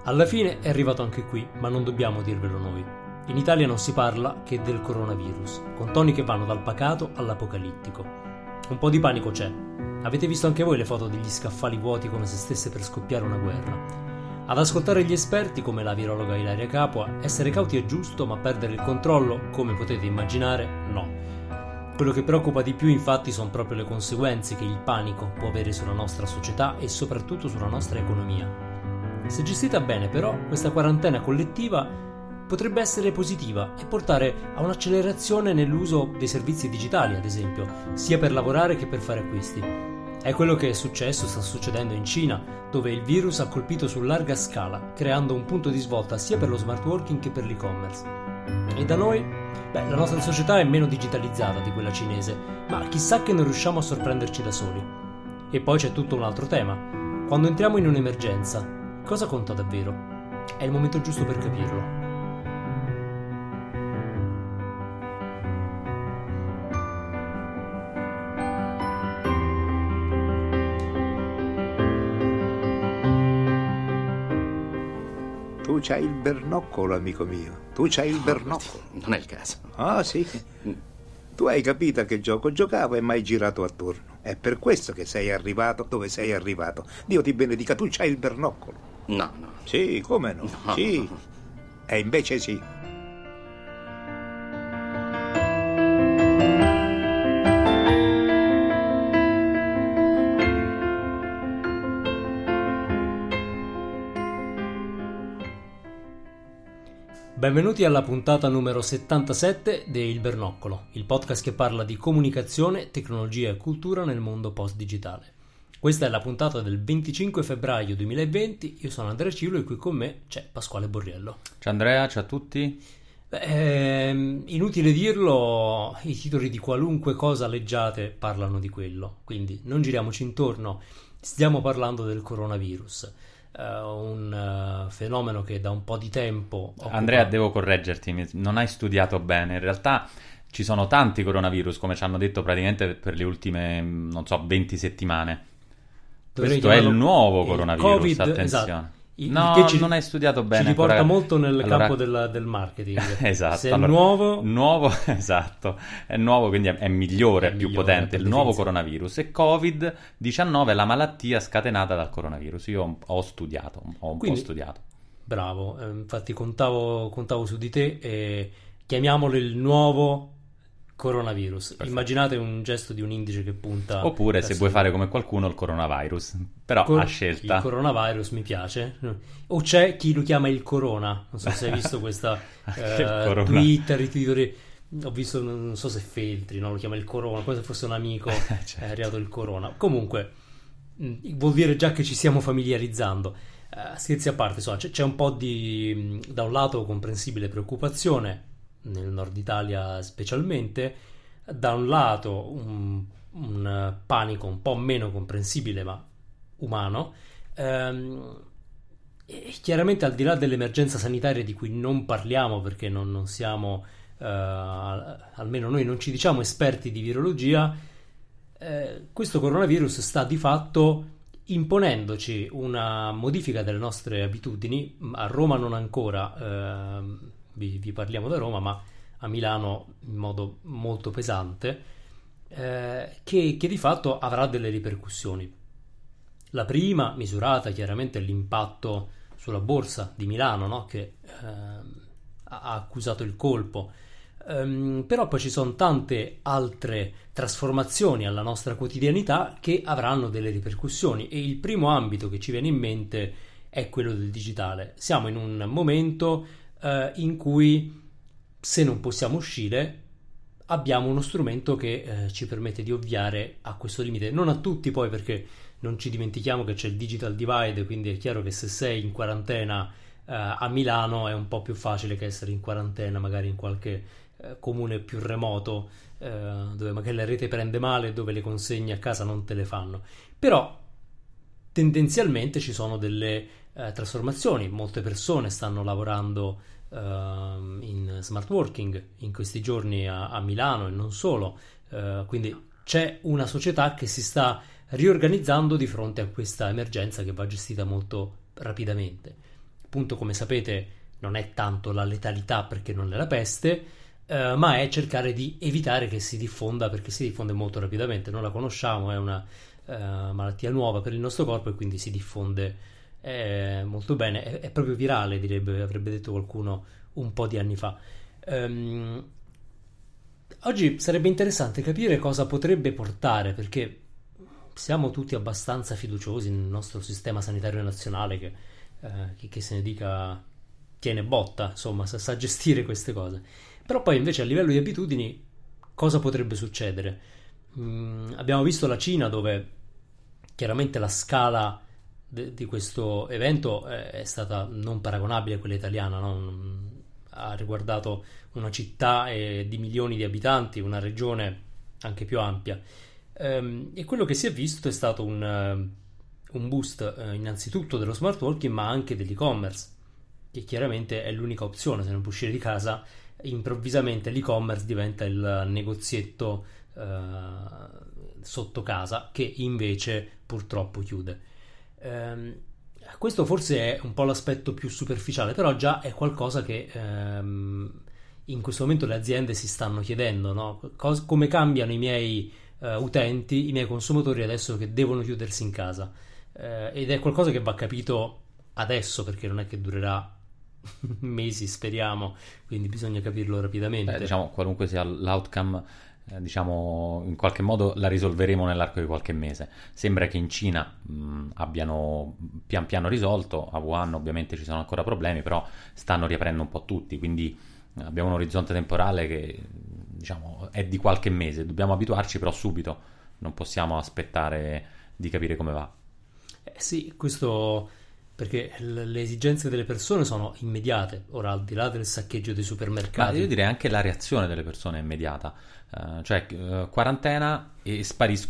Alla fine è arrivato anche qui, ma non dobbiamo dirvelo noi. In Italia non si parla che del coronavirus, con toni che vanno dal pacato all'apocalittico. Un po' di panico c'è. Avete visto anche voi le foto degli scaffali vuoti come se stesse per scoppiare una guerra? Ad ascoltare gli esperti, come la virologa Ilaria Capua, essere cauti è giusto, ma perdere il controllo, come potete immaginare, no. Quello che preoccupa di più, infatti, sono proprio le conseguenze che il panico può avere sulla nostra società e soprattutto sulla nostra economia. Se gestita bene, però, questa quarantena collettiva potrebbe essere positiva e portare a un'accelerazione nell'uso dei servizi digitali, ad esempio, sia per lavorare che per fare acquisti. È quello che è successo, sta succedendo in Cina, dove il virus ha colpito su larga scala, creando un punto di svolta sia per lo smart working che per l'e-commerce. E da noi? La nostra società è meno digitalizzata di quella cinese, ma chissà che non riusciamo a sorprenderci da soli. E poi c'è tutto un altro tema. Quando entriamo in un'emergenza, cosa conta davvero? È il momento giusto per capirlo. Tu c'hai il bernoccolo, amico mio. Tu c'hai il bernoccolo. Non è il caso. Ah, sì. Tu hai capito a che gioco giocavo e mai girato attorno. È per questo che sei arrivato dove sei arrivato. Dio ti benedica, tu c'hai il bernoccolo. No, no. Sì, come no? No. Sì. E invece sì. Benvenuti alla puntata numero 77 di Il Bernoccolo, il podcast che parla di comunicazione, tecnologia e cultura nel mondo post-digitale. Questa è la puntata del 25 febbraio 2020, io sono Andrea Ciulo e qui con me c'è Pasquale Borriello. Ciao Andrea, ciao a tutti. Inutile dirlo, i titoli di qualunque cosa leggiate parlano di quello, quindi non giriamoci intorno, stiamo parlando del coronavirus. Un fenomeno che da un po' di tempo Andrea, devo correggerti, non hai studiato bene. In realtà ci sono tanti coronavirus, come ci hanno detto praticamente per le ultime, 20 settimane. Questo è il nuovo coronavirus, COVID, attenzione. Esatto. No, non hai studiato bene. Ci riporta molto nel allora, campo del marketing. Esatto. Se è nuovo, esatto. È nuovo, quindi è migliore, è più potente. Il nuovo coronavirus. E Covid-19 è la malattia scatenata dal coronavirus. Io ho studiato, un po' studiato. Bravo, infatti contavo su di te e chiamiamolo il nuovo coronavirus. Perfetto. Immaginate un gesto di un indice che punta. Oppure, se vuoi fare come qualcuno, il coronavirus. Però a scelta. Il coronavirus mi piace. O c'è chi lo chiama il corona. Non so se hai visto questa Twitter. Ho visto, non so se Feltri, no? Lo chiama il corona, come se fosse un amico. Certo. È arrivato il corona. Comunque, vuol dire già che ci stiamo familiarizzando. Scherzi a parte, insomma, c'è un po' di, da un lato, comprensibile preoccupazione nel nord Italia specialmente, da un lato un panico un po' meno comprensibile ma umano, e chiaramente al di là dell'emergenza sanitaria di cui non parliamo perché non siamo, almeno noi non ci diciamo esperti di virologia, questo coronavirus sta di fatto imponendoci una modifica delle nostre abitudini. A Roma non ancora, vi parliamo da Roma, ma a Milano in modo molto pesante, che di fatto avrà delle ripercussioni. La prima, misurata chiaramente, è l'impatto sulla borsa di Milano, no? Che ha accusato il colpo. Però poi ci sono tante altre trasformazioni alla nostra quotidianità che avranno delle ripercussioni, e il primo ambito che ci viene in mente è quello del digitale. Siamo in un momento in cui, se non possiamo uscire, abbiamo uno strumento che ci permette di ovviare a questo limite. Non a tutti, poi, perché non ci dimentichiamo che c'è il digital divide, quindi è chiaro che se sei in quarantena a Milano è un po' più facile che essere in quarantena magari in qualche comune più remoto, dove magari la rete prende male, dove le consegne a casa non te le fanno. Però tendenzialmente ci sono delle trasformazioni. Molte persone stanno lavorando in smart working in questi giorni a Milano e non solo, quindi c'è una società che si sta riorganizzando di fronte a questa emergenza che va gestita molto rapidamente. appunto, come sapete, non è tanto la letalità perché non è la peste, ma è cercare di evitare che si diffonda, perché si diffonde molto rapidamente. Non la conosciamo, è una malattia nuova per il nostro corpo e quindi si diffonde molto bene. È proprio virale, avrebbe detto qualcuno un po' di anni fa. Oggi sarebbe interessante capire cosa potrebbe portare, perché siamo tutti abbastanza fiduciosi nel nostro sistema sanitario nazionale che se ne dica tiene botta, insomma, sa gestire queste cose. Però poi invece a livello di abitudini cosa potrebbe succedere? Abbiamo visto la Cina, dove chiaramente la scala di questo evento è stata non paragonabile a quella italiana, no? Ha riguardato una città di milioni di abitanti, una regione anche più ampia, e quello che si è visto è stato un boost innanzitutto dello smart working, ma anche dell'e-commerce, che chiaramente è l'unica opzione. Se non puoi uscire di casa, improvvisamente l'e-commerce diventa il negozietto sotto casa, che invece purtroppo chiude. Questo forse è un po' l'aspetto più superficiale, però già è qualcosa che in questo momento le aziende si stanno chiedendo, no? Come cambiano i miei utenti, i miei consumatori adesso che devono chiudersi in casa, ed è qualcosa che va capito adesso, perché non è che durerà mesi, speriamo, quindi bisogna capirlo rapidamente. Diciamo, qualunque sia l'outcome, diciamo, in qualche modo la risolveremo nell'arco di qualche mese. Sembra che in Cina abbiano pian piano risolto, a Wuhan ovviamente ci sono ancora problemi, però stanno riaprendo un po' tutti, quindi abbiamo un orizzonte temporale che, diciamo, è di qualche mese. Dobbiamo abituarci però subito, non possiamo aspettare di capire come va. Sì, questo perché le esigenze delle persone sono immediate. Ora, al di là del saccheggio dei supermercati, ma io direi anche la reazione delle persone è immediata, quarantena e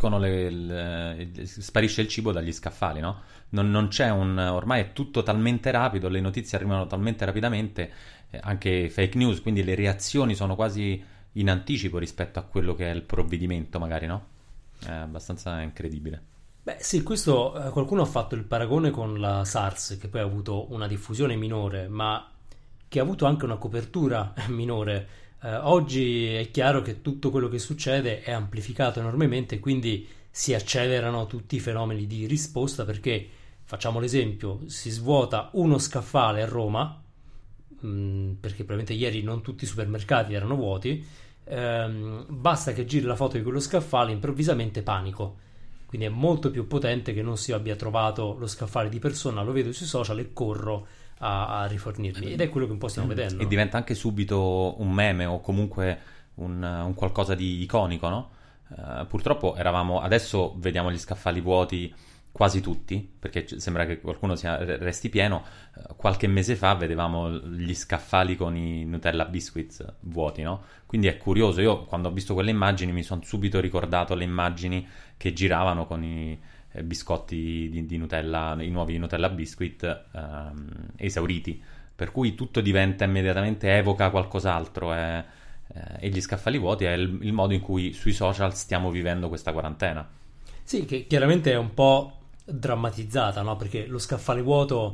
sparisce il cibo dagli scaffali, no? Non c'è ormai è tutto talmente rapido, le notizie arrivano talmente rapidamente, anche fake news, quindi le reazioni sono quasi in anticipo rispetto a quello che è il provvedimento, magari, no? È abbastanza incredibile. Beh sì, questo qualcuno ha fatto il paragone con la SARS, che poi ha avuto una diffusione minore, ma che ha avuto anche una copertura minore. Oggi è chiaro che tutto quello che succede è amplificato enormemente, quindi si accelerano tutti i fenomeni di risposta, perché, facciamo l'esempio, si svuota uno scaffale a Roma, perché probabilmente ieri non tutti i supermercati erano vuoti, basta che giri la foto di quello scaffale, improvvisamente panico. Quindi è molto più potente che non si abbia trovato lo scaffale di persona, lo vedo sui social e corro a rifornirmi, ed è quello che un po' stiamo vedendo. E diventa anche subito un meme o comunque un qualcosa di iconico, no? Purtroppo adesso vediamo gli scaffali vuoti quasi tutti, perché sembra che qualcuno resti pieno. Qualche mese fa vedevamo gli scaffali con i Nutella Biscuits vuoti, no? Quindi è curioso. Io quando ho visto quelle immagini mi sono subito ricordato le immagini che giravano con i biscotti di Nutella, i nuovi Nutella Biscuit esauriti, per cui tutto diventa immediatamente, evoca qualcos'altro, e gli scaffali vuoti è il modo in cui sui social stiamo vivendo questa quarantena. Sì, che chiaramente è un po' drammatizzata, no? Perché lo scaffale vuoto,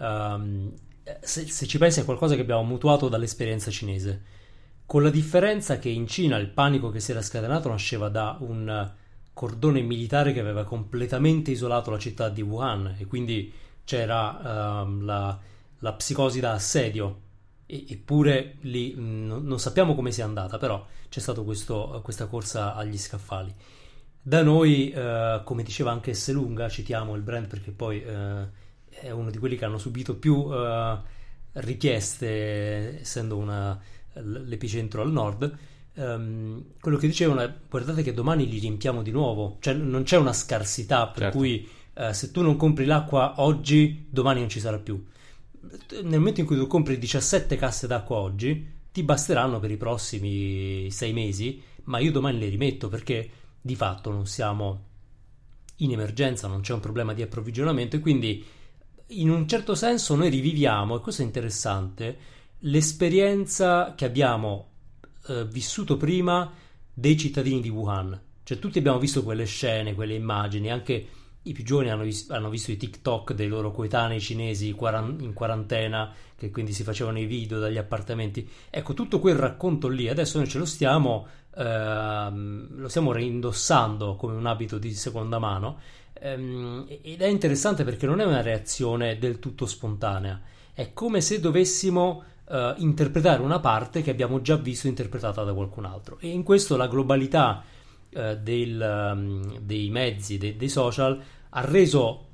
se ci pensi, è qualcosa che abbiamo mutuato dall'esperienza cinese, con la differenza che in Cina il panico che si era scatenato nasceva da un cordone militare che aveva completamente isolato la città di Wuhan, e quindi c'era la psicosi da assedio, eppure lì non sappiamo come sia andata, però c'è stata questa corsa agli scaffali. Da noi, come diceva anche Esselunga, citiamo il brand perché poi è uno di quelli che hanno subito più richieste, essendo l'epicentro al nord. Quello che dicevano è: guardate che domani li riempiamo di nuovo, cioè non c'è una scarsità per certo. Cui se tu non compri l'acqua oggi, domani non ci sarà più. Nel momento in cui tu compri 17 casse d'acqua oggi, ti basteranno per i prossimi 6 mesi, ma io domani le rimetto, perché di fatto non siamo in emergenza, non c'è un problema di approvvigionamento, e quindi in un certo senso noi riviviamo, e questo è interessante, l'esperienza che abbiamo vissuto prima dei cittadini di Wuhan. Cioè tutti abbiamo visto quelle scene, quelle immagini, anche i più giovani hanno visto i TikTok dei loro coetanei cinesi in quarantena, che quindi si facevano i video dagli appartamenti. Ecco, tutto quel racconto lì adesso noi ce lo stiamo reindossando come un abito di seconda mano, ed è interessante perché non è una reazione del tutto spontanea, è come se dovessimo interpretare una parte che abbiamo già visto interpretata da qualcun altro, e in questo la globalità dei mezzi, dei social, ha reso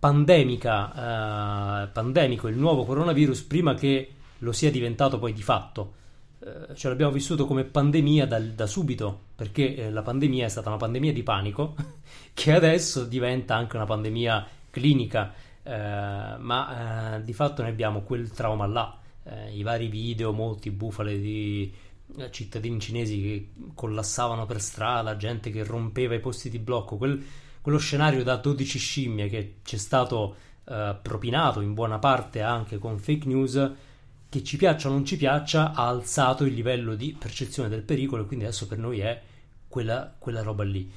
pandemico il nuovo coronavirus prima che lo sia diventato poi di fatto. Ce l'abbiamo vissuto come pandemia da subito, perché la pandemia è stata una pandemia di panico che adesso diventa anche una pandemia clinica, ma di fatto ne abbiamo quel trauma là, i vari video, molti bufale di cittadini cinesi che collassavano per strada, gente che rompeva i posti di blocco, quello scenario da 12 scimmie che ci è stato propinato in buona parte anche con fake news, che ci piaccia o non ci piaccia, ha alzato il livello di percezione del pericolo, e quindi adesso per noi è quella roba lì.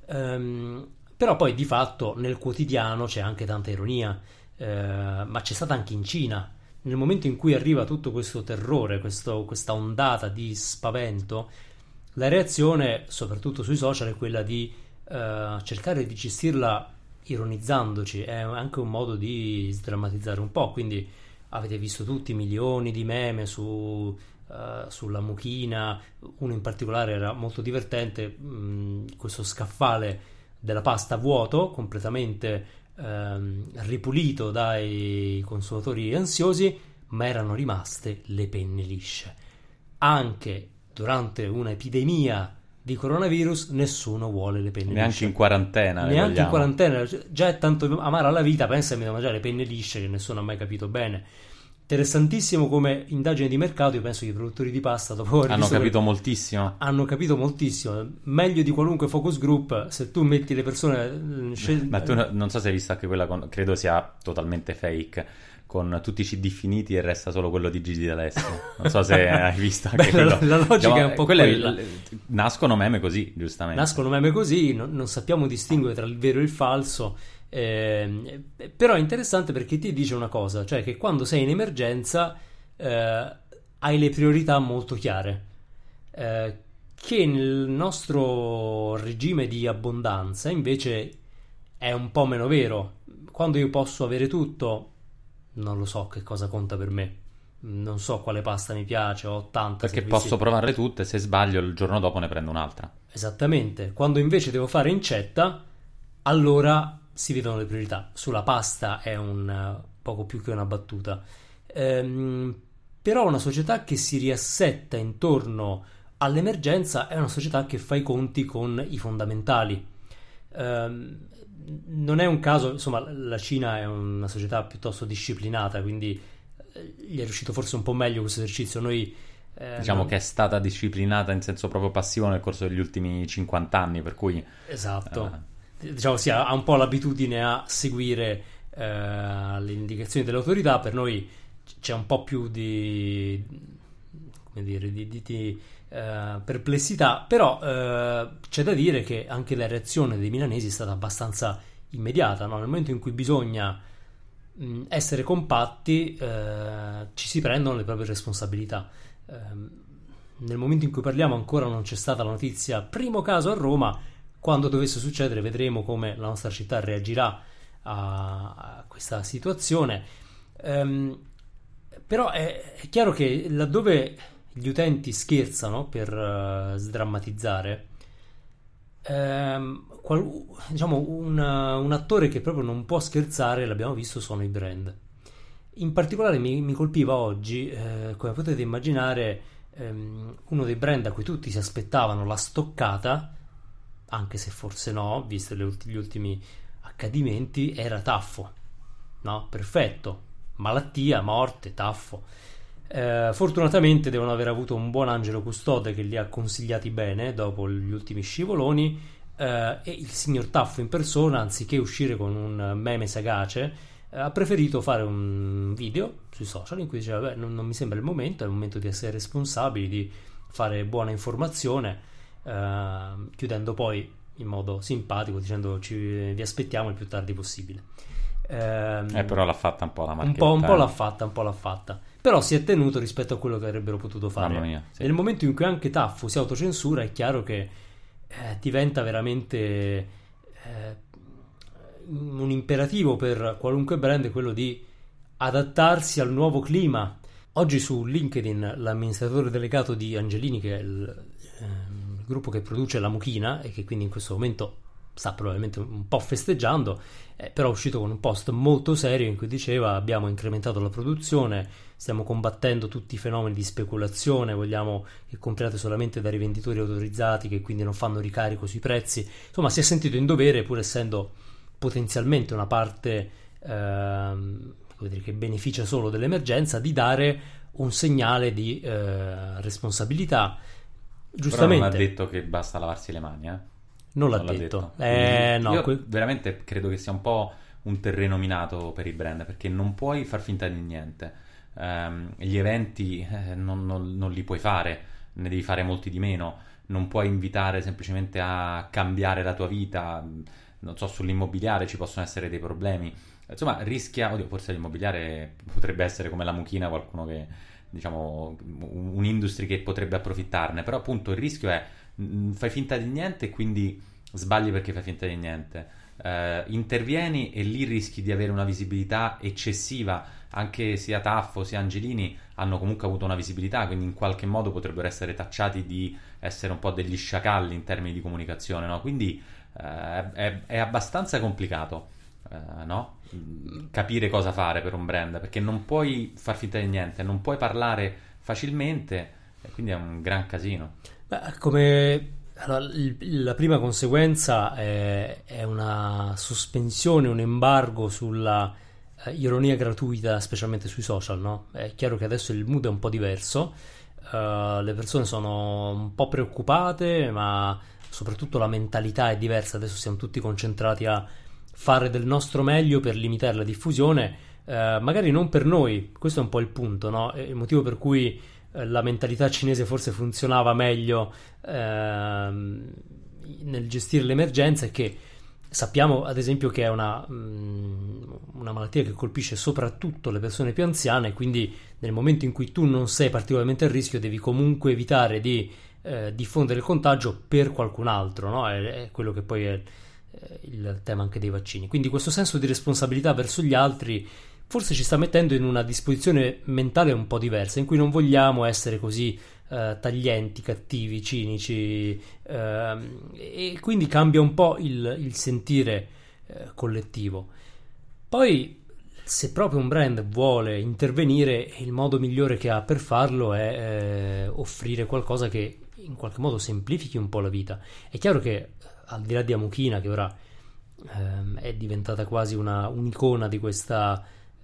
Però poi di fatto nel quotidiano c'è anche tanta ironia, ma c'è stata anche in Cina. Nel momento in cui arriva tutto questo terrore, questa ondata di spavento, la reazione, soprattutto sui social, è quella di cercare di gestirla ironizzandoci. È anche un modo di sdrammatizzare un po', quindi avete visto tutti milioni di meme sulla mucchina. Uno in particolare era molto divertente, questo scaffale della pasta vuoto, completamente ripulito dai consumatori ansiosi, ma erano rimaste le penne lisce. Anche durante un'epidemia di coronavirus nessuno vuole le penne neanche lisce. In quarantena. Neanche in quarantena. Già è tanto amara la vita, pensa a mangiare le penne lisce, che nessuno ha mai capito bene. Interessantissimo come indagine di mercato. Io penso che i produttori di pasta dopo hanno capito moltissimo. Hanno capito moltissimo, meglio di qualunque focus group. Se tu metti le persone ma tu non so se hai visto anche quella credo sia totalmente fake, con tutti i CD finiti e resta solo quello di Gigi D'Alessio. Non so se hai visto anche quello. La logica è un po' quella. Nascono meme così, giustamente. Nascono meme così, non sappiamo distinguere tra il vero e il falso. Però è interessante perché ti dice una cosa, cioè che quando sei in emergenza hai le priorità molto chiare, che nel nostro regime di abbondanza invece è un po' meno vero. Quando io posso avere tutto, non lo so che cosa conta per me, non so quale pasta mi piace, ho 80 perché servizi. posso provarle tutte, se sbaglio il giorno dopo ne prendo un'altra. Esattamente. Quando invece devo fare incetta, allora si vedono le priorità. Sulla pasta è un poco più che una battuta, però una società che si riassetta intorno all'emergenza è una società che fa i conti con i fondamentali. Non è un caso, insomma, la Cina è una società piuttosto disciplinata, quindi gli è riuscito forse un po' meglio questo esercizio. Noi diciamo che è stata disciplinata in senso proprio passivo nel corso degli ultimi 50 anni, per cui esatto. Diciamo sì, ha un po' l'abitudine a seguire le indicazioni delle autorità. Per noi c'è un po' più di perplessità, però c'è da dire che anche la reazione dei milanesi è stata abbastanza immediata, no? Nel momento in cui bisogna essere compatti, ci si prendono le proprie responsabilità. Nel momento in cui parliamo ancora non c'è stata la notizia primo caso a Roma. Quando dovesse succedere vedremo come la nostra città reagirà a questa situazione. Però è chiaro che laddove gli utenti scherzano per sdrammatizzare, diciamo un attore che proprio non può scherzare, l'abbiamo visto, sono i brand. In particolare mi colpiva oggi, come potete immaginare, uno dei brand a cui tutti si aspettavano la stoccata, anche se forse no, visto gli ultimi accadimenti, era Taffo, no? Perfetto, malattia, morte, Taffo. Fortunatamente devono aver avuto un buon angelo custode che li ha consigliati bene dopo gli ultimi scivoloni, e il signor Taffo in persona, anziché uscire con un meme sagace, ha preferito fare un video sui social in cui diceva: non mi sembra il momento di essere responsabili, di fare buona informazione, chiudendo poi in modo simpatico dicendo vi aspettiamo il più tardi possibile. Però l'ha fatta un po' la marchetta. Un po' l'ha fatta. Però si è tenuto rispetto a quello che avrebbero potuto fare. Mamma mia, sì. Nel momento in cui anche Taffo si autocensura, è chiaro che diventa veramente un imperativo per qualunque brand quello di adattarsi al nuovo clima. Oggi su LinkedIn l'amministratore delegato di Angelini, che è il gruppo che produce la Mucchina e che quindi in questo momento sta probabilmente un po' festeggiando, però è uscito con un post molto serio in cui diceva: abbiamo incrementato la produzione, stiamo combattendo tutti i fenomeni di speculazione, vogliamo che compriate solamente da rivenditori autorizzati che quindi non fanno ricarico sui prezzi. Insomma, si è sentito in dovere, pur essendo potenzialmente una parte che beneficia solo dell'emergenza, di dare un segnale di responsabilità. Giustamente. Però non ha detto che basta lavarsi le mani, Non l'ha detto. No, io veramente credo che sia un po' un terreno minato per i brand, perché non puoi far finta di niente. Gli eventi non li puoi fare, ne devi fare molti di meno. Non puoi invitare semplicemente a cambiare la tua vita. Non so, sull'immobiliare ci possono essere dei problemi. Insomma, forse l'immobiliare potrebbe essere come la Mucchina, qualcuno che, diciamo, un'industria che potrebbe approfittarne, però appunto il rischio è fai finta di niente e quindi sbagli perché fai finta di niente. Intervieni e lì rischi di avere una visibilità eccessiva. Anche sia Taffo sia Angelini hanno comunque avuto una visibilità, quindi in qualche modo potrebbero essere tacciati di essere un po' degli sciacalli in termini di comunicazione, no? Quindi è abbastanza complicato, no? Capire cosa fare per un brand, perché non puoi far finta di niente, non puoi parlare facilmente, e quindi è un gran casino. Allora, la prima conseguenza è una sospensione, un embargo sulla ironia gratuita, specialmente sui social, no? È chiaro che adesso il mood è un po' diverso, le persone sono un po' preoccupate, ma soprattutto la mentalità è diversa. Adesso siamo tutti concentrati a fare del nostro meglio per limitare la diffusione, magari non per noi, questo è un po' il punto, no? È il motivo per cui la mentalità cinese forse funzionava meglio nel gestire l'emergenza, è che sappiamo ad esempio che è una malattia che colpisce soprattutto le persone più anziane, quindi nel momento in cui tu non sei particolarmente a rischio devi comunque evitare di diffondere il contagio per qualcun altro, no? È quello che poi è il tema anche dei vaccini. Quindi questo senso di responsabilità verso gli altri forse ci sta mettendo in una disposizione mentale un po' diversa, in cui non vogliamo essere così taglienti, cattivi, cinici, e quindi cambia un po' il sentire collettivo. Poi, se proprio un brand vuole intervenire, il modo migliore che ha per farlo è offrire qualcosa che in qualche modo semplifichi un po' la vita. È chiaro che al di là di Amuchina, che ora è diventata quasi un'icona di questa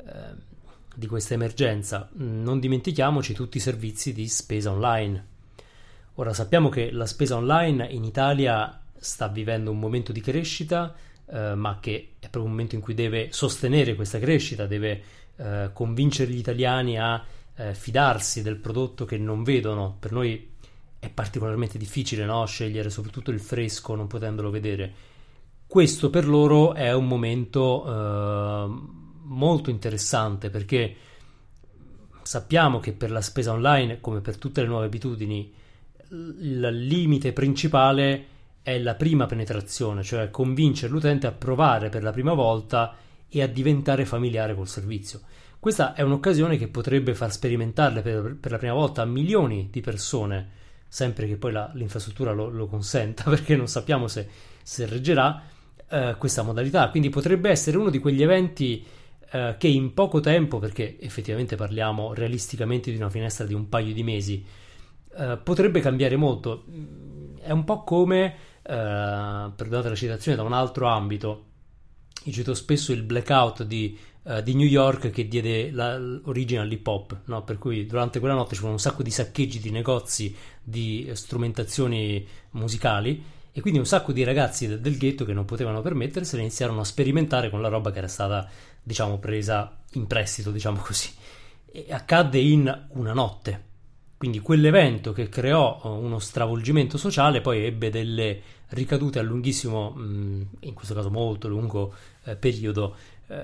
emergenza, non dimentichiamoci tutti i servizi di spesa online. Ora sappiamo che la spesa online in Italia sta vivendo un momento di crescita, ma che è proprio un momento in cui deve sostenere questa crescita, deve convincere gli italiani a fidarsi del prodotto che non vedono. Per noi è particolarmente difficile, no? Scegliere soprattutto il fresco non potendolo vedere. Questo per loro è un momento molto interessante, perché sappiamo che per la spesa online, come per tutte le nuove abitudini, il limite principale è la prima penetrazione, cioè convincere l'utente a provare per la prima volta e a diventare familiare col servizio. Questa è un'occasione che potrebbe far sperimentarle per la prima volta a milioni di persone, sempre che poi l'infrastruttura lo consenta, perché non sappiamo se reggerà questa modalità. Quindi potrebbe essere uno di quegli eventi che in poco tempo, perché effettivamente parliamo realisticamente di una finestra di un paio di mesi, potrebbe cambiare molto. È un po' come, perdonate la citazione da un altro ambito, io cito spesso il blackout di New York che diede origine all'hip hop, no? Per cui durante quella notte ci furono un sacco di saccheggi di negozi di strumentazioni musicali, e quindi un sacco di ragazzi del ghetto che non potevano permettersene iniziarono a sperimentare con la roba che era stata, diciamo, presa in prestito, diciamo così, e accadde in una notte. Quindi quell'evento che creò uno stravolgimento sociale poi ebbe delle ricadute a lunghissimo, in questo caso molto lungo periodo,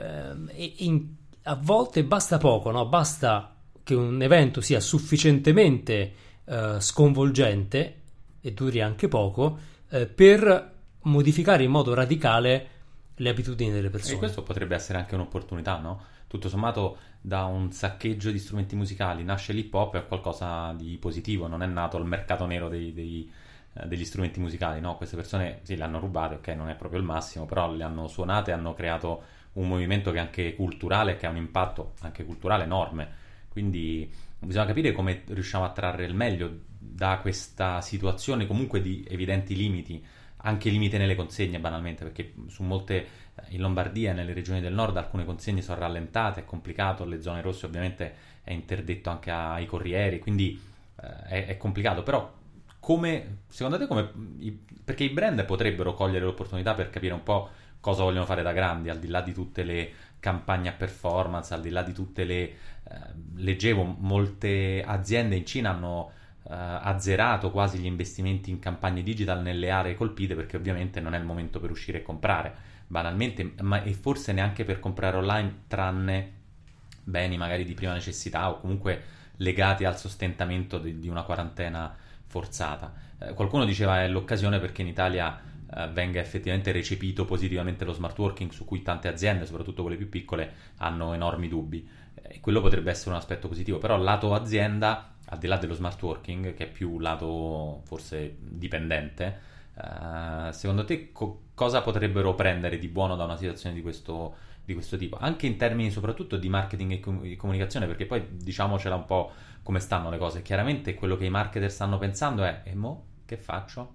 a volte basta poco, no? Basta che un evento sia sufficientemente sconvolgente e duri anche poco per modificare in modo radicale le abitudini delle persone. E questo potrebbe essere anche un'opportunità, no? Tutto sommato, da un saccheggio di strumenti musicali nasce l'hip hop, è qualcosa di positivo, non è nato il mercato nero degli strumenti musicali, no? Queste persone sì, le hanno rubate, ok, non è proprio il massimo, però le hanno suonate, hanno creato un movimento che è anche culturale, che ha un impatto anche culturale enorme. Quindi bisogna capire come riusciamo a trarre il meglio da questa situazione comunque di evidenti limiti, anche limite nelle consegne banalmente, perché su molte, in Lombardia e nelle regioni del nord, alcune consegne sono rallentate, è complicato, le zone rosse ovviamente è interdetto anche ai corrieri, quindi è complicato. Però secondo te perché i brand potrebbero cogliere l'opportunità per capire un po' cosa vogliono fare da grandi, al di là di tutte le campagne a performance, al di là di tutte leggevo, molte aziende in Cina hanno azzerato quasi gli investimenti in campagne digital nelle aree colpite, perché ovviamente non è il momento per uscire e comprare banalmente, e forse neanche per comprare online, tranne beni magari di prima necessità o comunque legati al sostentamento di una quarantena forzata. Qualcuno diceva è l'occasione perché in Italia venga effettivamente recepito positivamente lo smart working, su cui tante aziende, soprattutto quelle più piccole, hanno enormi dubbi. Quello potrebbe essere un aspetto positivo, però lato azienda, al di là dello smart working, che è più lato forse dipendente, secondo te cosa potrebbero prendere di buono da una situazione di questo tipo? Anche in termini soprattutto di marketing e comunicazione, perché poi diciamocela un po' come stanno le cose. Chiaramente quello che i marketer stanno pensando è e mo che faccio?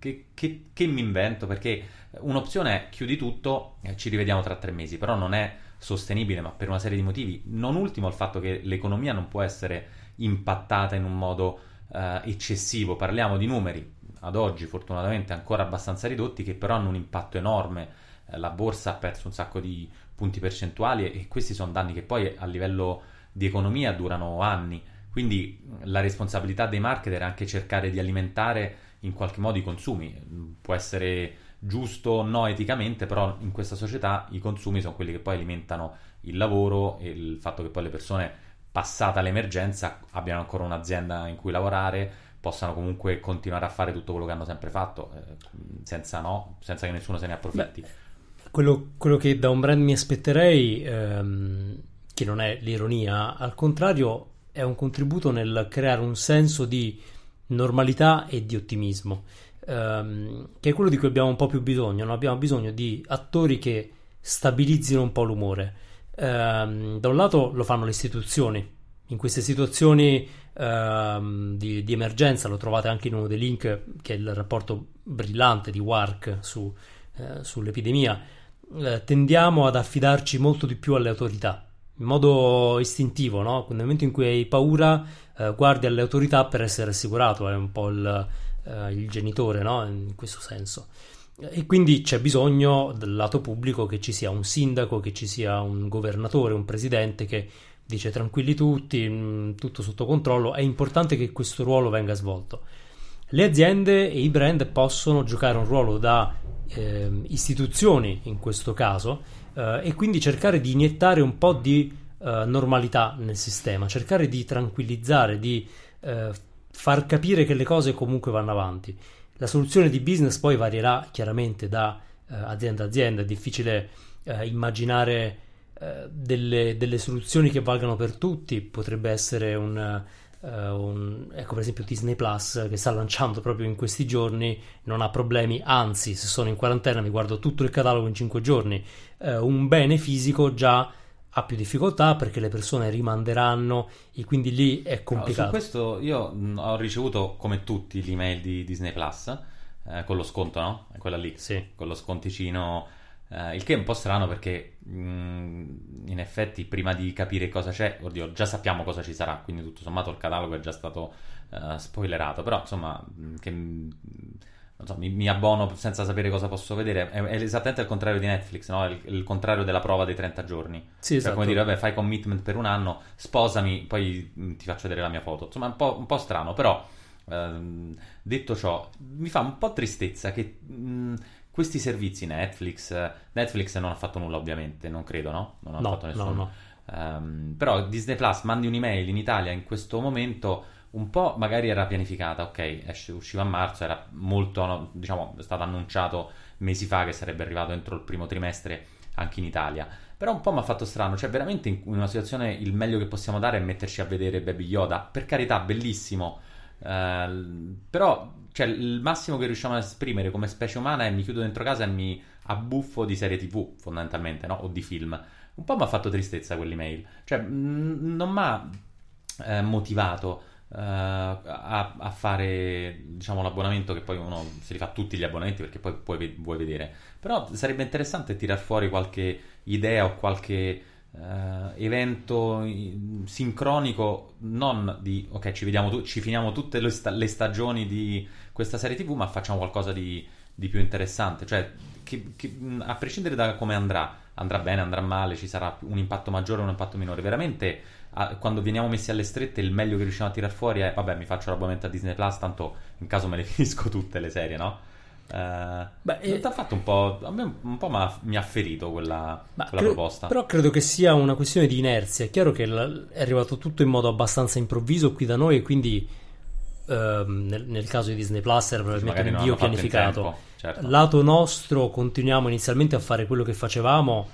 Che mi invento? Perché un'opzione è chiudi tutto, ci rivediamo tra 3 mesi, però non è sostenibile, ma per una serie di motivi, non ultimo il fatto che l'economia non può essere impattata in un modo eccessivo. Parliamo di numeri ad oggi fortunatamente ancora abbastanza ridotti, che però hanno un impatto enorme. La borsa ha perso un sacco di punti percentuali e questi sono danni che poi a livello di economia durano anni. Quindi la responsabilità dei marketer è anche cercare di alimentare in qualche modo i consumi. Può essere giusto o no eticamente, però in questa società i consumi sono quelli che poi alimentano il lavoro e il fatto che poi le persone, passata l'emergenza, abbiano ancora un'azienda in cui lavorare, possano comunque continuare a fare tutto quello che hanno sempre fatto, senza che nessuno se ne approfitti. Quello che da un brand mi aspetterei, che non è l'ironia, al contrario è un contributo nel creare un senso di normalità e di ottimismo, che è quello di cui abbiamo un po' più bisogno, no? Abbiamo bisogno di attori che stabilizzino un po' l'umore. Da un lato lo fanno le istituzioni. In queste situazioni di emergenza, lo trovate anche in uno dei link, che è il rapporto brillante di WARC sull'epidemia, tendiamo ad affidarci molto di più alle autorità, in modo istintivo, no? Nel momento in cui hai paura, guardi alle autorità per essere assicurato, è un po' il genitore, no? In questo senso. E quindi c'è bisogno dal lato pubblico che ci sia un sindaco, che ci sia un governatore, un presidente che dice tranquilli tutti, tutto sotto controllo. È importante che questo ruolo venga svolto. Le aziende e i brand possono giocare un ruolo da istituzioni in questo caso, e quindi cercare di iniettare un po' di normalità nel sistema, cercare di tranquillizzare, di far capire che le cose comunque vanno avanti. La soluzione di business poi varierà chiaramente da azienda a azienda, è difficile immaginare delle soluzioni che valgano per tutti. Potrebbe essere ecco, per esempio Disney Plus, che sta lanciando proprio in questi giorni, non ha problemi, anzi se sono in quarantena mi guardo tutto il catalogo in 5 giorni. Un bene fisico già ha più difficoltà perché le persone rimanderanno e quindi lì è complicato. Su questo io ho ricevuto come tutti l'email di Disney Plus con lo sconto, no? È quella lì, sì, con lo sconticino, il che è un po' strano perché in effetti prima di capire cosa c'è, oddio, già sappiamo cosa ci sarà, quindi tutto sommato il catalogo è già stato spoilerato, però insomma che non so, mi abbono senza sapere cosa posso vedere. È esattamente il contrario di Netflix, no? È il contrario della prova dei 30 giorni. Sì, esatto. Come dire, vabbè, fai commitment per un anno, sposami, poi ti faccio vedere la mia foto. Insomma, è un po' strano, però detto ciò, mi fa un po' tristezza che questi servizi Netflix non ha fatto nulla, ovviamente, non credo, no? Non ha fatto nessuno. No. Però Disney Plus mandi un'email in Italia in questo momento, un po' magari era pianificata, ok, usciva a marzo, era molto, diciamo, è stato annunciato mesi fa che sarebbe arrivato entro il primo trimestre anche in Italia, però un po' mi ha fatto strano, cioè veramente in una situazione il meglio che possiamo dare è metterci a vedere Baby Yoda, per carità, bellissimo, però cioè, il massimo che riusciamo a esprimere come specie umana è mi chiudo dentro casa e mi abbuffo di serie TV, fondamentalmente, no? O di film. Un po' mi ha fatto tristezza quell'email, cioè non mi ha motivato a fare, diciamo, l'abbonamento, che poi uno si rifà tutti gli abbonamenti perché poi vuoi vedere, però sarebbe interessante tirar fuori qualche idea o qualche evento sincronico, non di ok, ci finiamo tutte le stagioni di questa serie TV, ma facciamo qualcosa di più interessante, cioè che a prescindere da come andrà bene, andrà male, ci sarà un impatto maggiore o un impatto minore, veramente quando veniamo messi alle strette il meglio che riusciamo a tirar fuori è vabbè, mi faccio l'abbonamento a Disney Plus, tanto in caso me le finisco tutte le serie, no? Ha fatto un po', a me un po' mi ha ferito quella proposta, però credo che sia una questione di inerzia. È chiaro che è arrivato tutto in modo abbastanza improvviso qui da noi e quindi nel caso di Disney Plus era probabilmente un invio pianificato tempo, certo. Lato nostro continuiamo inizialmente a fare quello che facevamo,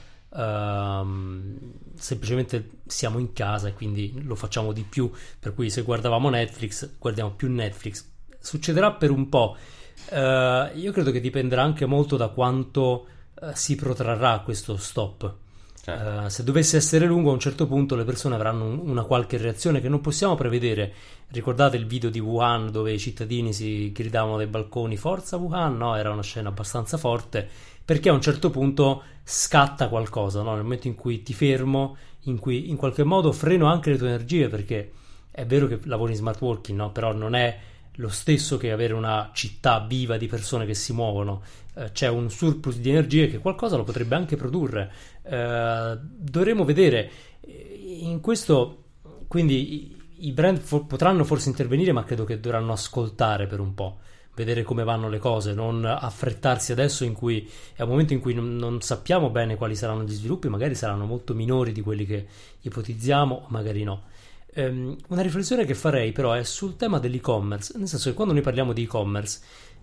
semplicemente siamo in casa e quindi lo facciamo di più, per cui se guardavamo Netflix guardiamo più Netflix. Succederà per un po'. Io credo che dipenderà anche molto da quanto si protrarrà questo stop. Certo. Se dovesse essere lungo, a un certo punto le persone avranno una qualche reazione che non possiamo prevedere. Ricordate il video di Wuhan dove i cittadini si gridavano dai balconi "Forza Wuhan"? No, era una scena abbastanza forte, perché a un certo punto scatta qualcosa, no? Nel momento in cui ti fermo, in cui in qualche modo freno anche le tue energie, perché è vero che lavori in smart working, no? Però non è lo stesso che avere una città viva di persone che si muovono. C'è un surplus di energie che qualcosa lo potrebbe anche produrrere. Dovremo vedere in questo, quindi i brand potranno forse intervenire, ma credo che dovranno ascoltare per un po', vedere come vanno le cose, non affrettarsi adesso in cui è un momento in cui non sappiamo bene quali saranno gli sviluppi, magari saranno molto minori di quelli che ipotizziamo o magari no. Una riflessione che farei però è sul tema dell'e-commerce, nel senso che quando noi parliamo di e-commerce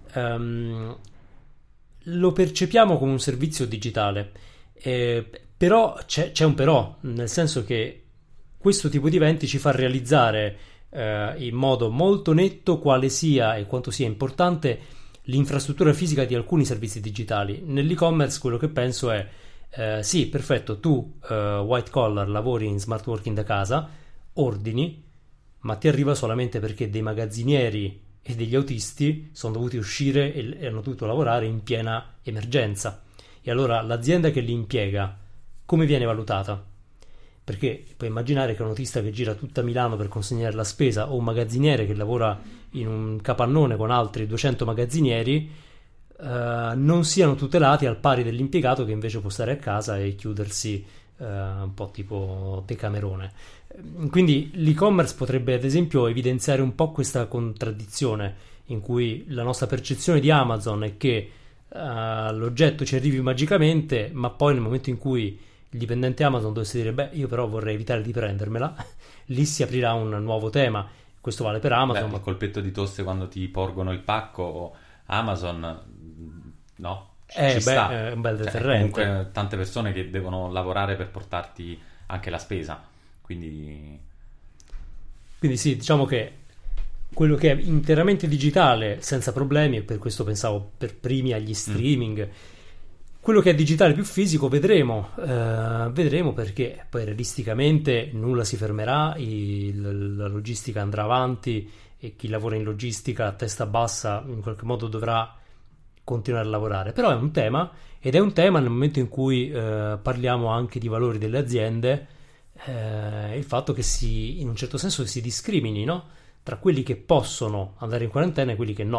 lo percepiamo come un servizio digitale, però c'è un però, nel senso che questo tipo di eventi ci fa realizzare in modo molto netto quale sia e quanto sia importante l'infrastruttura fisica di alcuni servizi digitali. Nell'e-commerce quello che penso è sì, perfetto, tu white collar lavori in smart working da casa, ordini, ma ti arriva solamente perché dei magazzinieri e degli autisti sono dovuti uscire e hanno dovuto lavorare in piena emergenza. E allora l'azienda che li impiega come viene valutata? Perché puoi immaginare che un autista che gira tutta Milano per consegnare la spesa o un magazziniere che lavora in un capannone con altri 200 magazzinieri non siano tutelati al pari dell'impiegato che invece può stare a casa e chiudersi un po' tipo Decamerone. Quindi l'e-commerce potrebbe ad esempio evidenziare un po' questa contraddizione in cui la nostra percezione di Amazon è che l'oggetto ci arrivi magicamente, ma poi nel momento in cui il dipendente Amazon dovesse dire beh, io però vorrei evitare di prendermela, lì si aprirà un nuovo tema. Questo vale per Amazon. Il colpetto di tosse quando ti porgono il pacco Amazon, no? Sta. È un bel deterrente. Cioè, comunque tante persone che devono lavorare per portarti anche la spesa, quindi sì, diciamo che quello che è interamente digitale senza problemi, e per questo pensavo per primi agli streaming, quello che è digitale più fisico vedremo perché poi realisticamente nulla si fermerà, la logistica andrà avanti e chi lavora in logistica a testa bassa in qualche modo dovrà continuare a lavorare. Però è un tema, ed è un tema nel momento in cui parliamo anche di valori delle aziende, il fatto che in un certo senso si discrimini, no? Tra quelli che possono andare in quarantena e quelli che no.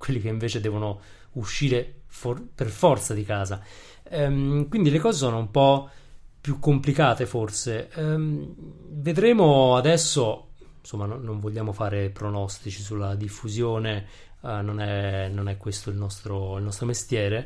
quelli che invece devono uscire per forza di casa. Quindi le cose sono un po' più complicate forse. Vedremo adesso, insomma, non vogliamo fare pronostici sulla diffusione, non è questo il nostro mestiere.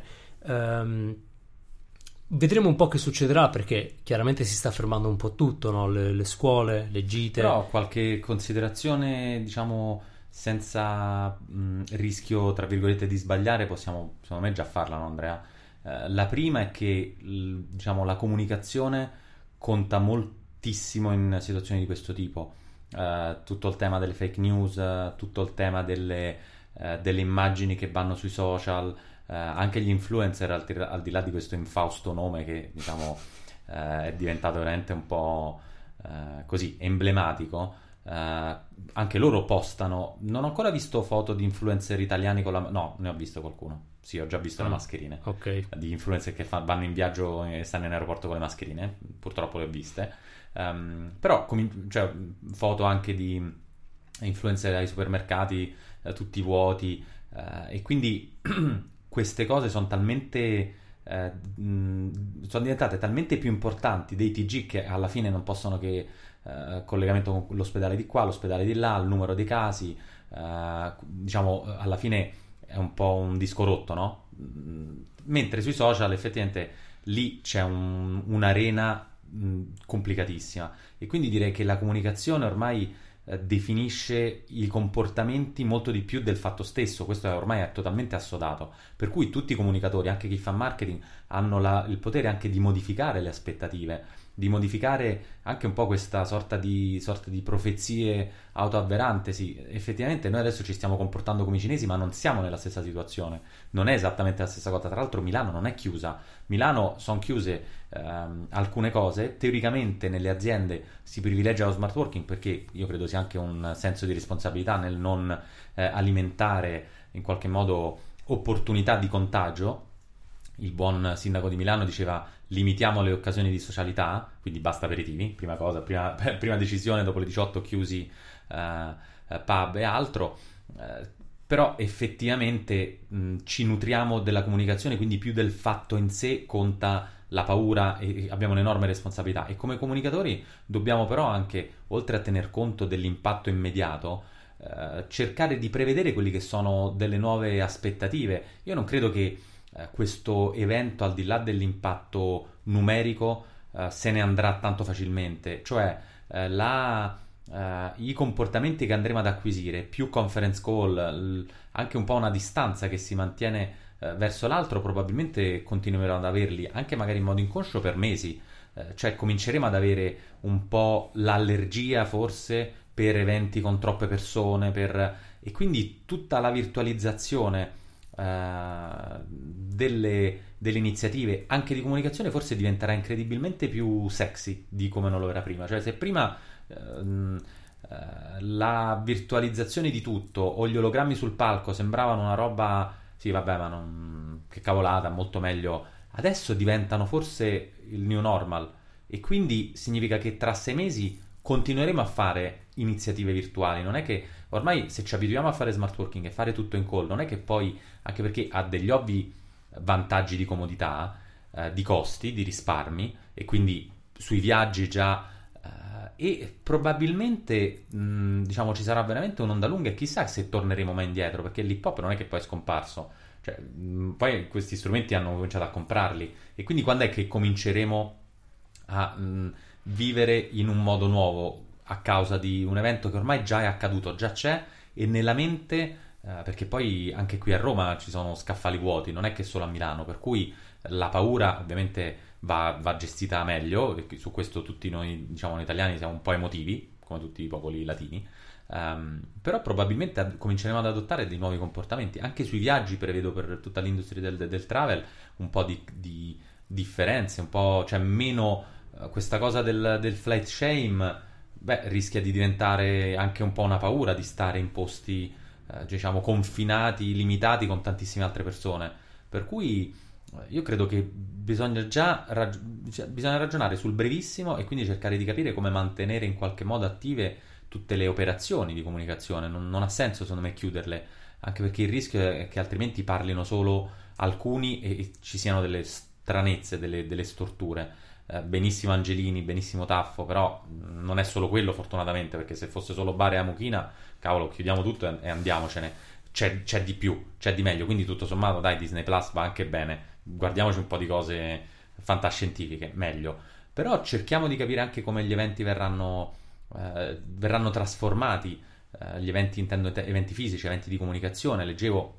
Vedremo un po' che succederà, perché chiaramente si sta fermando un po' tutto, no? Le scuole, le gite. Però qualche considerazione, diciamo, senza rischio, tra virgolette, di sbagliare, possiamo, secondo me, già farla, no, Andrea? La prima è che, diciamo, la comunicazione conta moltissimo in situazioni di questo tipo. Tutto il tema delle fake news, tutto il tema delle immagini che vanno sui social, anche gli influencer, al di là di questo infausto nome che, diciamo, è diventato veramente un po' così emblematico. Anche loro postano. Non ho ancora visto foto di influencer italiani con la... No, ne ho visto qualcuno. Sì, ho già visto le mascherine. Ok. Di influencer che vanno in viaggio e stanno in aeroporto con le mascherine. Purtroppo le ho viste. Però cioè, foto anche di influencer ai supermercati tutti vuoti, e quindi queste cose sono talmente sono diventate talmente più importanti dei TG, che alla fine non possono che collegamento con l'ospedale di qua, l'ospedale di là, il numero dei casi, diciamo, alla fine è un po' un disco rotto, no? Mentre sui social effettivamente lì c'è un'arena complicatissima, e quindi direi che la comunicazione ormai definisce i comportamenti molto di più del fatto stesso. Questo ormai è totalmente assodato, per cui tutti i comunicatori, anche chi fa marketing, hanno il potere anche di modificare le aspettative, di modificare anche un po' questa sorta di profezie autoavverante. Sì, effettivamente noi adesso ci stiamo comportando come i cinesi, ma non siamo nella stessa situazione, non è esattamente la stessa cosa. Tra l'altro Milano non è chiusa, Milano sono chiuse alcune cose. Teoricamente nelle aziende si privilegia lo smart working, perché io credo sia anche un senso di responsabilità nel non alimentare in qualche modo opportunità di contagio. Il buon sindaco di Milano diceva: limitiamo le occasioni di socialità, quindi basta aperitivi, prima cosa, prima decisione, dopo le 18 chiusi pub e altro. Però effettivamente ci nutriamo della comunicazione, quindi più del fatto in sé conta la paura, e abbiamo un'enorme responsabilità. E come comunicatori dobbiamo però anche, oltre a tener conto dell'impatto immediato, cercare di prevedere quelli che sono delle nuove aspettative. Io non credo che questo evento, al di là dell'impatto numerico, se ne andrà tanto facilmente. Cioè i comportamenti che andremo ad acquisire, più conference call, anche un po' una distanza che si mantiene verso l'altro, probabilmente continueremo ad averli anche magari in modo inconscio per mesi. Cioè cominceremo ad avere un po' l'allergia forse per eventi con troppe persone, e quindi tutta la virtualizzazione delle iniziative anche di comunicazione forse diventerà incredibilmente più sexy di come non lo era prima. Cioè se prima la virtualizzazione di tutto o gli ologrammi sul palco sembravano una roba, sì vabbè, ma che cavolata, molto meglio, adesso diventano forse il new normal, e quindi significa che tra 6 mesi continueremo a fare iniziative virtuali. Non è che ormai, se ci abituiamo a fare smart working e fare tutto in call, non è che poi, anche perché ha degli ovvi vantaggi di comodità, di costi, di risparmi, e quindi sui viaggi già, e probabilmente diciamo ci sarà veramente un'onda lunga, e chissà se torneremo mai indietro, perché l'hip hop non è che poi è scomparso. Cioè, poi questi strumenti hanno cominciato a comprarli, e quindi quando è che cominceremo a vivere in un modo nuovo a causa di un evento che ormai già è accaduto, già c'è, e nella mente, perché poi anche qui a Roma ci sono scaffali vuoti, non è che solo a Milano, per cui la paura ovviamente va gestita meglio, e su questo tutti noi, diciamo, noi italiani siamo un po' emotivi, come tutti i popoli latini. Però probabilmente cominceremo ad adottare dei nuovi comportamenti anche sui viaggi. Prevedo per tutta l'industria del travel un po' di differenze, un po', cioè meno questa cosa del flight shame. Rischia di diventare anche un po' una paura di stare in posti diciamo confinati, limitati, con tantissime altre persone, per cui io credo che bisogna ragionare sul brevissimo, e quindi cercare di capire come mantenere in qualche modo attive tutte le operazioni di comunicazione. Non ha senso secondo me chiuderle anche perché il rischio è che altrimenti parlino solo alcuni e ci siano delle stranezze, delle storture. Benissimo Angelini, benissimo Taffo, però non è solo quello fortunatamente, perché se fosse solo Bare e Amuchina, cavolo, chiudiamo tutto e andiamocene. C'è di più, c'è di meglio, quindi tutto sommato dai, Disney Plus va anche bene, guardiamoci un po' di cose fantascientifiche, meglio. Però cerchiamo di capire anche come gli eventi verranno trasformati, gli eventi, intendo eventi fisici, eventi di comunicazione. Leggevo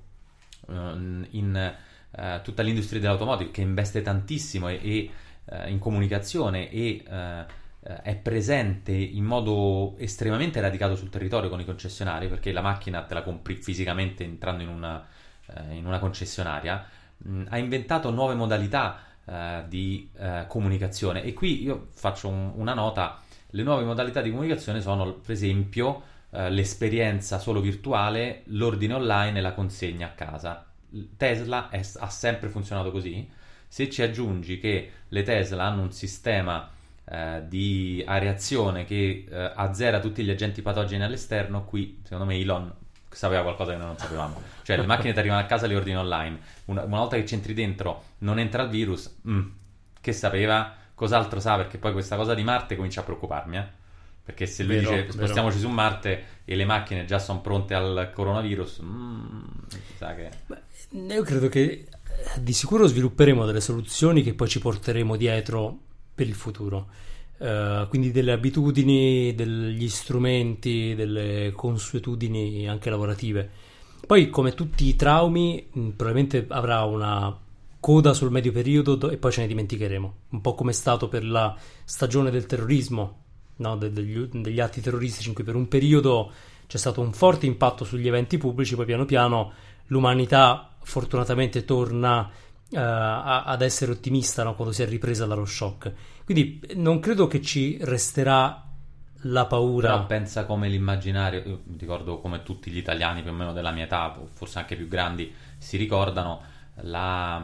in tutta l'industria dell'automotive che investe tantissimo e in comunicazione e è presente in modo estremamente radicato sul territorio con i concessionari, perché la macchina te la compri fisicamente entrando in una concessionaria. Ha inventato nuove modalità di comunicazione, e qui io faccio una nota. Le nuove modalità di comunicazione sono, per esempio, l'esperienza solo virtuale, l'ordine online e la consegna a casa. Tesla ha sempre funzionato così. Se ci aggiungi che le Tesla hanno un sistema di areazione che azzera tutti gli agenti patogeni all'esterno, qui secondo me Elon sapeva qualcosa che noi non sapevamo. Cioè le macchine ti arrivano a casa e le ordini online. Una volta che c'entri dentro non entra il virus. Che sapeva? Cos'altro sa? Perché poi questa cosa di Marte comincia a preoccuparmi, perché se lui dice spostiamoci su Marte e le macchine già sono pronte al coronavirus, sa che... Io credo che di sicuro svilupperemo delle soluzioni che poi ci porteremo dietro per il futuro, quindi delle abitudini, degli strumenti, delle consuetudini anche lavorative. Poi, come tutti i traumi, probabilmente avrà una coda sul medio periodo e poi ce ne dimenticheremo, un po' come è stato per la stagione del terrorismo, no? degli atti terroristici, in cui per un periodo c'è stato un forte impatto sugli eventi pubblici, poi piano piano l'umanità fortunatamente torna ad essere ottimista, no? Quando si è ripresa dallo shock. Quindi non credo che ci resterà la paura. Però pensa come l'immaginario, io ricordo come tutti gli italiani più o meno della mia età, forse anche più grandi, si ricordano la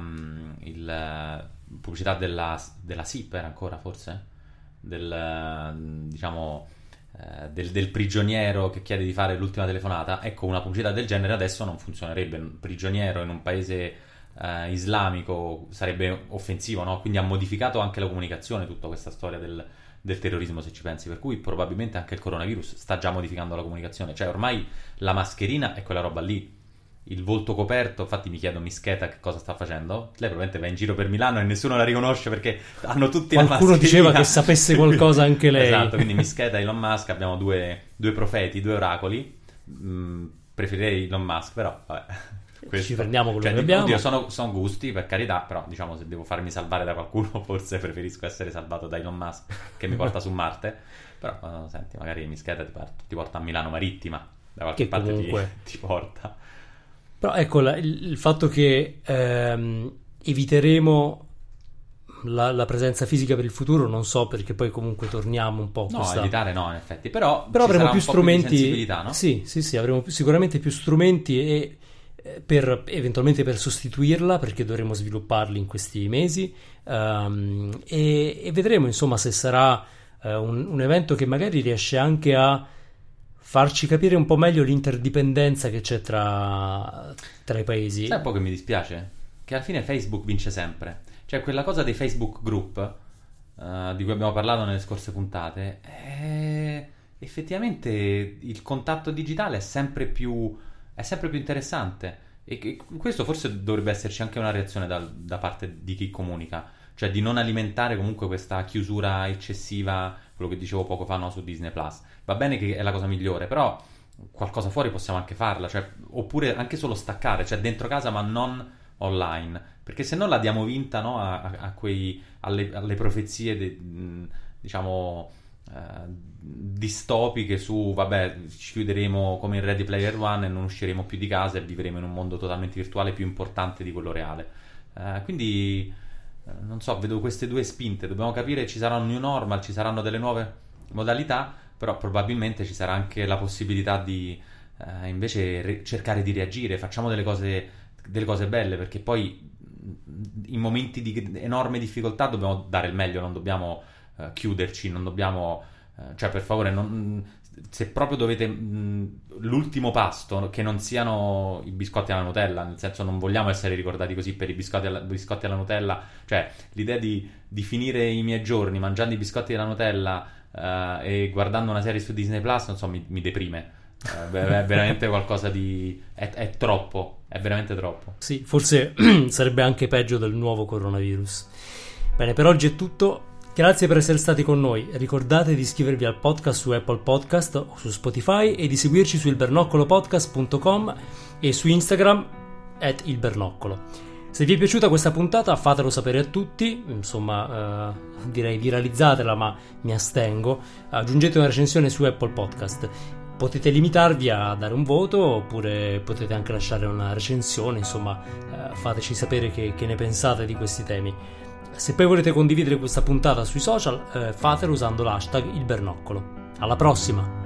pubblicità della SIP, era ancora forse del prigioniero che chiede di fare l'ultima telefonata. Ecco, una pubblicità del genere adesso non funzionerebbe. Un prigioniero in un paese islamico sarebbe offensivo, no? Quindi ha modificato anche la comunicazione, tutta questa storia del terrorismo, se ci pensi, per cui probabilmente anche il coronavirus sta già modificando la comunicazione. Cioè ormai la mascherina è quella roba lì, il volto coperto. Infatti mi chiedo Mischeta che cosa sta facendo. Lei probabilmente va in giro per Milano e nessuno la riconosce perché hanno tutti la mascherina. Qualcuno diceva che sapesse qualcosa anche lei. Esatto, quindi Mischeta e Elon Musk, abbiamo due profeti, due oracoli. Preferirei Elon Musk, però vabbè, ci prendiamo quello che abbiamo. Oddio, sono gusti, per carità, però diciamo, se devo farmi salvare da qualcuno forse preferisco essere salvato da Elon Musk che mi porta su Marte. Però senti, magari Mischeta ti porta a Milano Marittima, da qualche parte comunque ti porta. Però ecco, il fatto che eviteremo la presenza fisica per il futuro, non so, perché poi comunque torniamo un po'. No, evitare no, in effetti. Però avremo più strumenti. Più di sensibilità, no? Sì, avremo sicuramente più strumenti e eventualmente per sostituirla, perché dovremo svilupparli in questi mesi, e vedremo insomma se sarà un evento che magari riesce anche a farci capire un po' meglio l'interdipendenza che c'è tra i paesi. Sai un po' che mi dispiace? Che alla fine Facebook vince sempre. Cioè quella cosa dei Facebook Group di cui abbiamo parlato nelle scorse puntate, effettivamente il contatto digitale è sempre più interessante, e questo forse dovrebbe esserci anche una reazione da parte di chi comunica, cioè di non alimentare comunque questa chiusura eccessiva, quello che dicevo poco fa, no, su Disney Plus. Va bene che è la cosa migliore, però qualcosa fuori possiamo anche farla, cioè, oppure anche solo staccare, cioè dentro casa ma non online, perché se no la diamo vinta, no, alle profezie diciamo distopiche su vabbè, ci chiuderemo come in Ready Player One e non usciremo più di casa e vivremo in un mondo totalmente virtuale più importante di quello reale. Quindi non so, vedo queste due spinte. Dobbiamo capire, ci sarà un new normal, ci saranno delle nuove modalità, però probabilmente ci sarà anche la possibilità di invece cercare di reagire. Facciamo delle cose belle, perché poi in momenti di enorme difficoltà dobbiamo dare il meglio, non dobbiamo chiuderci, non dobbiamo cioè per favore se proprio dovete l'ultimo pasto, che non siano i biscotti alla Nutella, nel senso non vogliamo essere ricordati così per i biscotti alla Nutella, cioè l'idea di finire i miei giorni mangiando i biscotti alla Nutella e guardando una serie su Disney Plus, non so, mi deprime. È veramente qualcosa di... è troppo, è veramente troppo. Sì, forse sarebbe anche peggio del nuovo coronavirus. Bene, per oggi è tutto. Grazie per essere stati con noi. Ricordate di iscrivervi al podcast su Apple Podcast o su Spotify e di seguirci su ilbernoccolopodcast.com e su Instagram @ilbernoccolo. Se vi è piaciuta questa puntata fatelo sapere a tutti, insomma direi viralizzatela, ma mi astengo. Aggiungete una recensione su Apple Podcast. Potete limitarvi a dare un voto oppure potete anche lasciare una recensione, insomma fateci sapere che ne pensate di questi temi. Se poi volete condividere questa puntata sui social, fatelo usando l'hashtag ilbernoccolo. Alla prossima!